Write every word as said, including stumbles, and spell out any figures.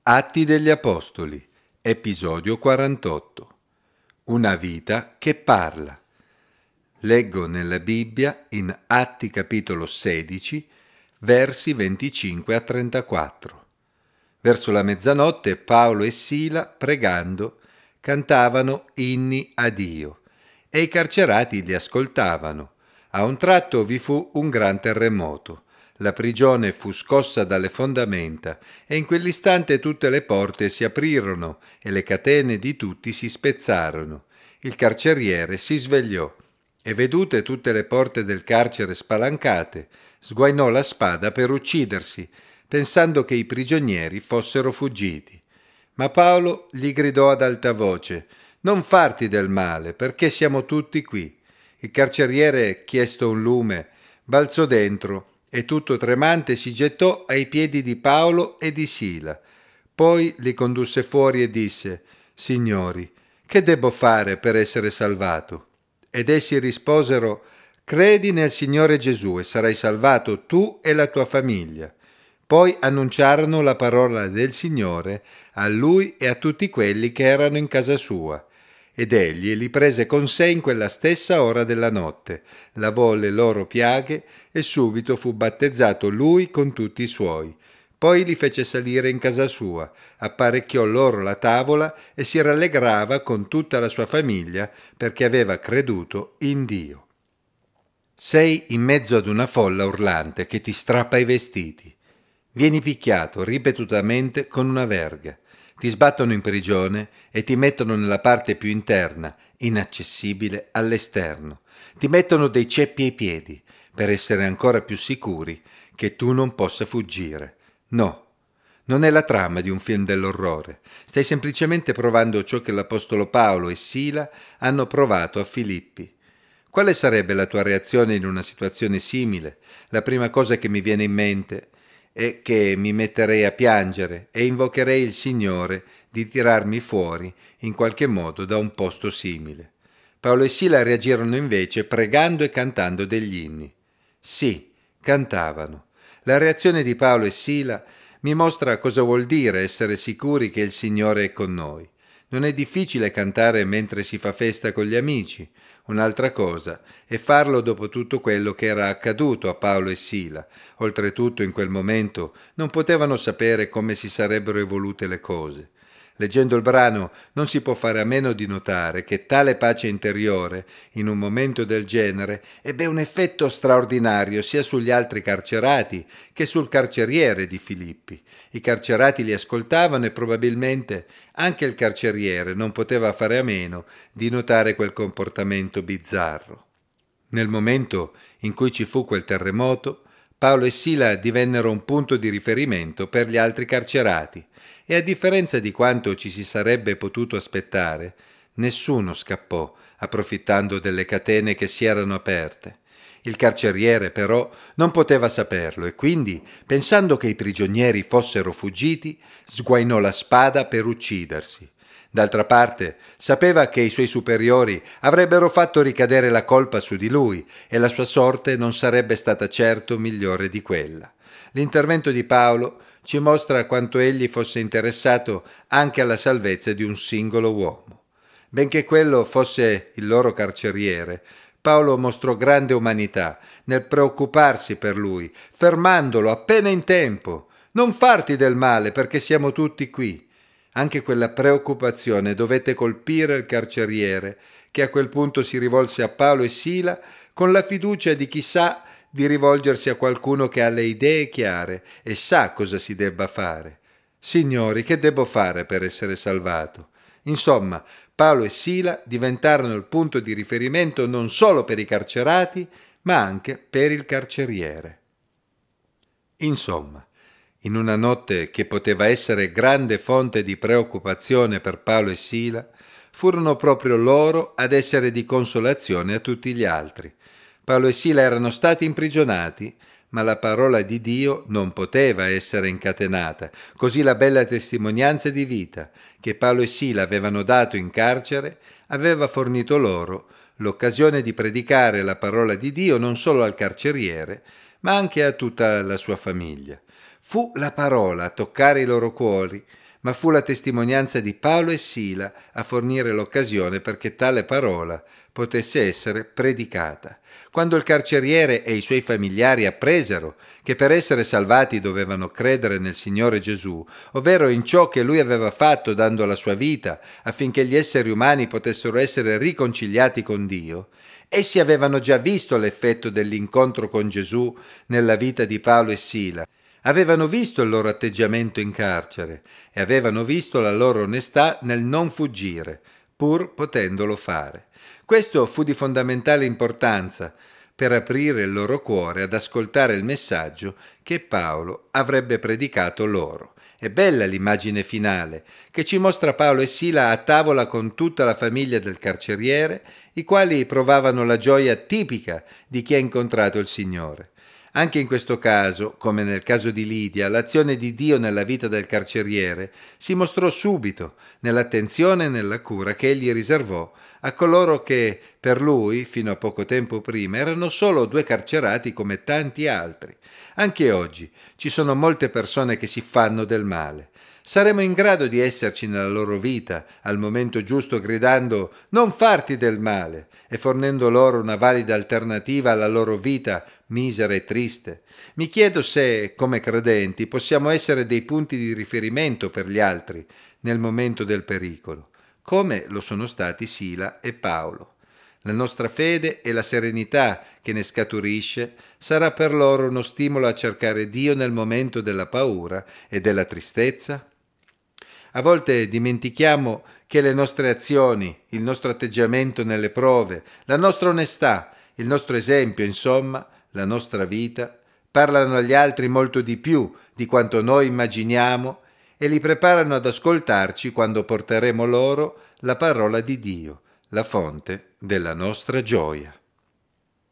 Atti degli Apostoli, episodio quarantotto. Una vita che parla. Leggo nella Bibbia in Atti capitolo sedici, versi venticinque a trentaquattro. Verso la mezzanotte Paolo e Sila, pregando, cantavano inni a Dio e i carcerati li ascoltavano. A un tratto vi fu un gran terremoto. La prigione fu scossa dalle fondamenta e in quell'istante tutte le porte si aprirono e le catene di tutti si spezzarono. Il carceriere si svegliò e, vedute tutte le porte del carcere spalancate, sguainò la spada per uccidersi, pensando che i prigionieri fossero fuggiti. Ma Paolo gli gridò ad alta voce: «Non farti del male, perché siamo tutti qui». Il carceriere, chiesto un lume, balzò dentro e tutto tremante si gettò ai piedi di Paolo e di Sila. Poi li condusse fuori e disse: «Signori, che debbo fare per essere salvato?» Ed essi risposero: «Credi nel Signore Gesù e sarai salvato tu e la tua famiglia». Poi annunciarono la parola del Signore a lui e a tutti quelli che erano in casa sua. Ed egli li prese con sé in quella stessa ora della notte, lavò le loro piaghe e subito fu battezzato lui con tutti i suoi. Poi li fece salire in casa sua, apparecchiò loro la tavola e si rallegrava con tutta la sua famiglia perché aveva creduto in Dio. Sei in mezzo ad una folla urlante che ti strappa i vestiti. Vieni picchiato ripetutamente con una verga. Ti sbattono in prigione e ti mettono nella parte più interna, inaccessibile all'esterno. Ti mettono dei ceppi ai piedi per essere ancora più sicuri che tu non possa fuggire. No, non è la trama di un film dell'orrore. Stai semplicemente provando ciò che l'apostolo Paolo e Sila hanno provato a Filippi. Quale sarebbe la tua reazione in una situazione simile? La prima cosa che mi viene in mente è che mi metterei a piangere e invocherei il Signore di tirarmi fuori in qualche modo da un posto simile. Paolo e Sila reagirono invece pregando e cantando degli inni. Sì, cantavano. La reazione di Paolo e Sila mi mostra cosa vuol dire essere sicuri che il Signore è con noi. Non è difficile cantare mentre si fa festa con gli amici. Un'altra cosa è farlo dopo tutto quello che era accaduto a Paolo e Sila. Oltretutto, in quel momento non potevano sapere come si sarebbero evolute le cose. Leggendo il brano non si può fare a meno di notare che tale pace interiore, in un momento del genere, ebbe un effetto straordinario sia sugli altri carcerati che sul carceriere di Filippi. I carcerati li ascoltavano e probabilmente anche il carceriere non poteva fare a meno di notare quel comportamento bizzarro. Nel momento in cui ci fu quel terremoto, Paolo e Sila divennero un punto di riferimento per gli altri carcerati e, a differenza di quanto ci si sarebbe potuto aspettare, nessuno scappò approfittando delle catene che si erano aperte. Il carceriere però non poteva saperlo e quindi, pensando che i prigionieri fossero fuggiti, sguainò la spada per uccidersi. D'altra parte, sapeva che i suoi superiori avrebbero fatto ricadere la colpa su di lui e la sua sorte non sarebbe stata certo migliore di quella. L'intervento di Paolo ci mostra quanto egli fosse interessato anche alla salvezza di un singolo uomo. Benché quello fosse il loro carceriere, Paolo mostrò grande umanità nel preoccuparsi per lui, fermandolo appena in tempo. «Non farti del male, perché siamo tutti qui». Anche quella preoccupazione dovette colpire il carceriere, che a quel punto si rivolse a Paolo e Sila con la fiducia di chi sa di rivolgersi a qualcuno che ha le idee chiare e sa cosa si debba fare. «Signori, che debbo fare per essere salvato?» Insomma, Paolo e Sila diventarono il punto di riferimento non solo per i carcerati, ma anche per il carceriere. Insomma, in una notte che poteva essere grande fonte di preoccupazione per Paolo e Sila, furono proprio loro ad essere di consolazione a tutti gli altri. Paolo e Sila erano stati imprigionati, ma la parola di Dio non poteva essere incatenata. Così la bella testimonianza di vita che Paolo e Sila avevano dato in carcere aveva fornito loro l'occasione di predicare la parola di Dio non solo al carceriere, ma anche a tutta la sua famiglia. Fu la parola a toccare i loro cuori, ma fu la testimonianza di Paolo e Sila a fornire l'occasione perché tale parola potesse essere predicata. Quando il carceriere e i suoi familiari appresero che per essere salvati dovevano credere nel Signore Gesù, ovvero in ciò che Lui aveva fatto dando la sua vita affinché gli esseri umani potessero essere riconciliati con Dio, essi avevano già visto l'effetto dell'incontro con Gesù nella vita di Paolo e Sila. Avevano visto il loro atteggiamento in carcere e avevano visto la loro onestà nel non fuggire, pur potendolo fare. Questo fu di fondamentale importanza per aprire il loro cuore ad ascoltare il messaggio che Paolo avrebbe predicato loro. È bella l'immagine finale, che ci mostra Paolo e Sila a tavola con tutta la famiglia del carceriere, i quali provavano la gioia tipica di chi ha incontrato il Signore. Anche in questo caso, come nel caso di Lidia, l'azione di Dio nella vita del carceriere si mostrò subito nell'attenzione e nella cura che egli riservò a coloro che, per lui, fino a poco tempo prima, erano solo due carcerati come tanti altri. Anche oggi ci sono molte persone che si fanno del male. Saremo in grado di esserci nella loro vita al momento giusto gridando «Non farti del male» e fornendo loro una valida alternativa alla loro vita misera e triste. Mi chiedo se, come credenti, possiamo essere dei punti di riferimento per gli altri nel momento del pericolo, come lo sono stati Sila e Paolo. La nostra fede e la serenità che ne scaturisce sarà per loro uno stimolo a cercare Dio nel momento della paura e della tristezza? A volte dimentichiamo che le nostre azioni, il nostro atteggiamento nelle prove, la nostra onestà, il nostro esempio, insomma, la nostra vita, parlano agli altri molto di più di quanto noi immaginiamo e li preparano ad ascoltarci quando porteremo loro la parola di Dio, la fonte della nostra gioia.